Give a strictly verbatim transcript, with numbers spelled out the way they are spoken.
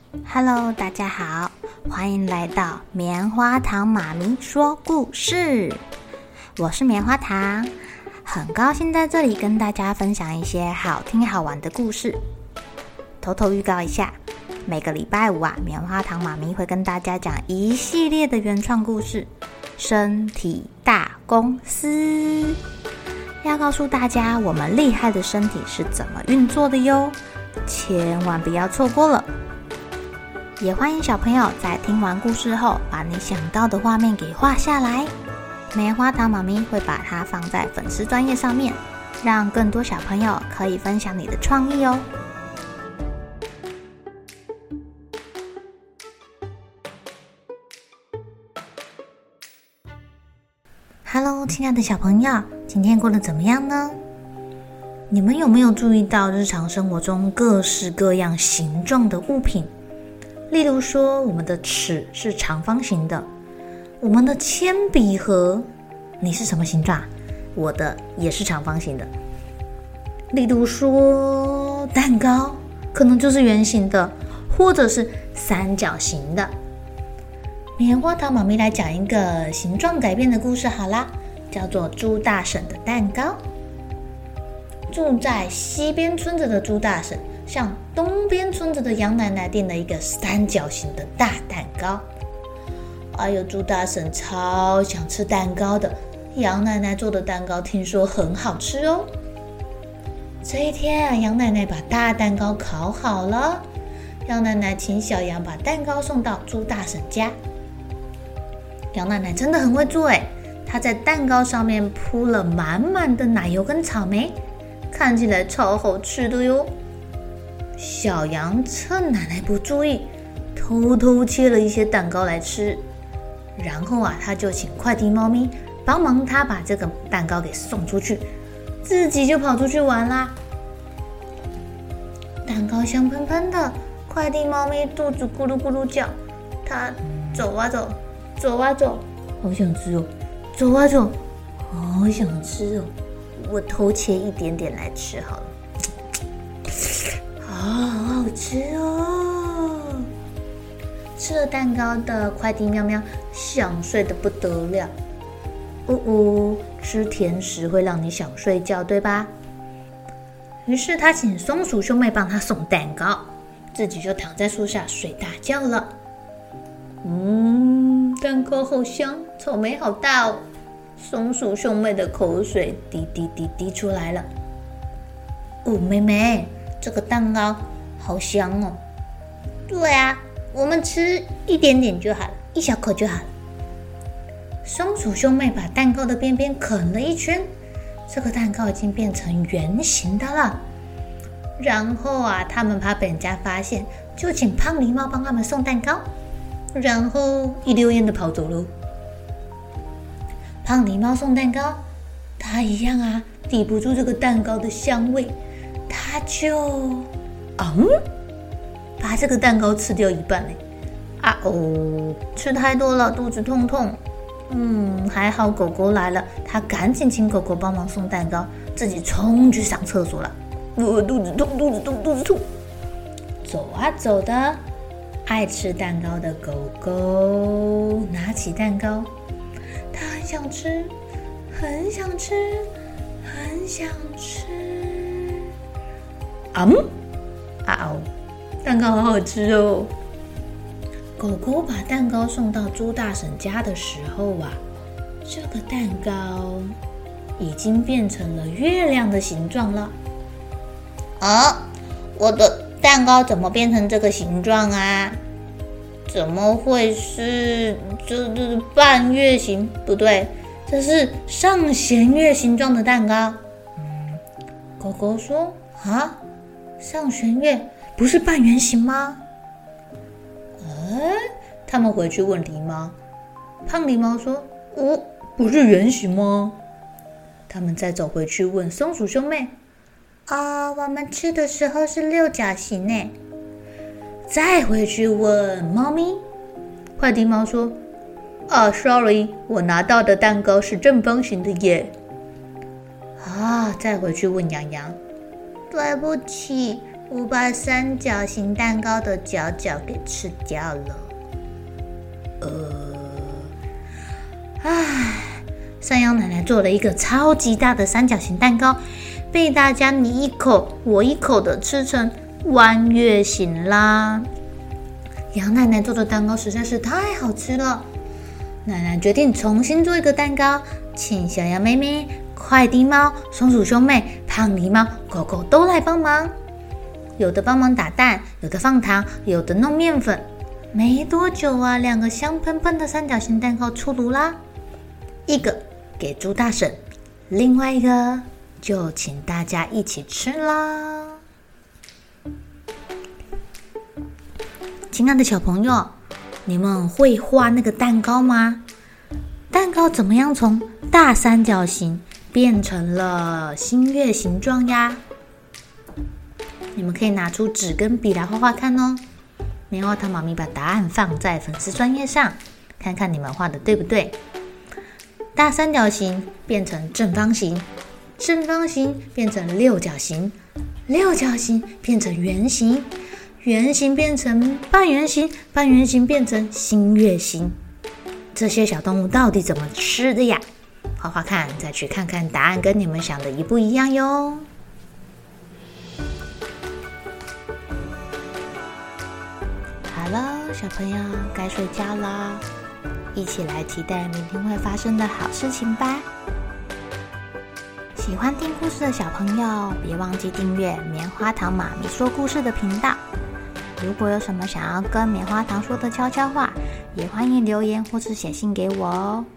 Hello， 大家好，欢迎来到棉花糖妈咪说故事。我是棉花糖，很高兴在这里跟大家分享一些好听好玩的故事。偷偷预告一下，每个礼拜五啊，棉花糖妈咪会跟大家讲一系列的原创故事。身体大公司要告诉大家我们厉害的身体是怎么运作的哟，千万不要错过了。也欢迎小朋友在听完故事后，把你想到的画面给画下来。棉花糖妈咪会把它放在粉丝专页上面，让更多小朋友可以分享你的创意哦。Hello， 亲爱的小朋友，今天过得怎么样呢？你们有没有注意到日常生活中各式各样形状的物品？例如说，我们的尺是长方形的，我们的铅笔盒，你是什么形状？我的也是长方形的。例如说，蛋糕可能就是圆形的，或者是三角形的。棉花糖妈咪来讲一个形状改变的故事好啦，叫做猪大婶的蛋糕。住在西边村子的猪大婶向东边村子的杨奶奶订了一个三角形的大蛋糕。哎呦，猪大婶超想吃蛋糕的，杨奶奶做的蛋糕听说很好吃哦。这一天啊，杨奶奶把大蛋糕烤好了，杨奶奶请小羊把蛋糕送到猪大婶家。杨奶奶真的很会做耶，她在蛋糕上面铺了满满的奶油跟草莓，看起来超好吃的哟。小羊趁奶奶不注意，偷偷切了一些蛋糕来吃，然后啊，他就请快递猫咪帮忙他把这个蛋糕给送出去，自己就跑出去玩啦。蛋糕香喷喷的，快递猫咪肚子咕噜咕噜叫，它走啊走，走啊走，好想吃哦，走啊走，好想吃哦，我偷切一点点来吃好了。好好吃哦！吃了蛋糕的快递喵喵想睡得不得了。呜呜，吃甜食会让你想睡觉，对吧？于是他请松鼠兄妹帮他送蛋糕，自己就躺在树下睡大觉了。嗯，蛋糕好香，草莓好大哦！松鼠兄妹的口水滴滴滴滴出来了。哦，妹妹，这个蛋糕好香哦。对啊，我们吃一点点就好了，一小口就好了。松鼠兄妹把蛋糕的边边啃了一圈，这个蛋糕已经变成圆形的了。然后啊，他们怕被人家发现，就请胖狸猫帮他们送蛋糕，然后一溜烟的跑走了。胖狸猫送蛋糕，它一样啊，抵不住这个蛋糕的香味，它就嗯，把这个蛋糕吃掉一半嘞。啊哦，吃太多了，肚子痛痛。嗯，还好狗狗来了，它赶紧请狗狗帮忙送蛋糕，自己冲去上厕所了。呃，肚子痛，肚子痛，肚子痛。走啊走的，爱吃蛋糕的狗狗拿起蛋糕，它很想吃，很想吃，很想吃。嗯，啊哦，蛋糕好好吃哦！狗狗把蛋糕送到猪大婶家的时候啊，这个蛋糕已经变成了月亮的形状了。啊，我的蛋糕怎么变成这个形状啊？怎么会是这这半月形？不对，这是上弦月形状的蛋糕。嗯，狗狗说啊，上弦月不是半圆形吗？哎，他们回去问狸猫，胖狸猫说：“哦，不是圆形吗？”他们再走回去问松鼠兄妹：“啊、哦，我们吃的时候是六角形呢。”再回去问猫咪，快递猫说：“啊 ，sorry， 我拿到的蛋糕是正方形的耶。”啊，再回去问羊羊，对不起， 我把三角形蛋糕的角角给吃掉了。呃，唉，山羊奶奶做了一个超级大的三角形蛋糕，被大家你一口我一口的吃成弯月形啦。羊奶奶做的蛋糕实在是太好吃了，奶奶决定重新做一个蛋糕，请小羊妹妹、快递猫、松鼠兄妹、胖狸猫、狗狗都来帮忙。有的帮忙打蛋，有的放糖，有的弄面粉。没多久啊，两个香喷喷的三角形蛋糕出炉啦！一个给猪大婶，另外一个就请大家一起吃啦。亲爱的小朋友，你们会画那个蛋糕吗？蛋糕怎么样从大三角形变成了新月形状呀？你们可以拿出纸跟笔来画画看哦。棉花糖妈咪把答案放在粉丝专页上，看看你们画的对不对。大三角形变成正方形，正方形变成六角形，六角形变成圆形，圆形变成半圆形，半圆形变成新月形。这些小动物到底怎么吃的呀？画画看，再去看看答案跟你们想的一不一样哟。好了，小朋友该睡觉啦，一起来期待明天会发生的好事情吧。喜欢听故事的小朋友，别忘记订阅棉花糖妈咪说故事的频道。如果有什么想要跟棉花糖说的悄悄话，也欢迎留言或是写信给我哦。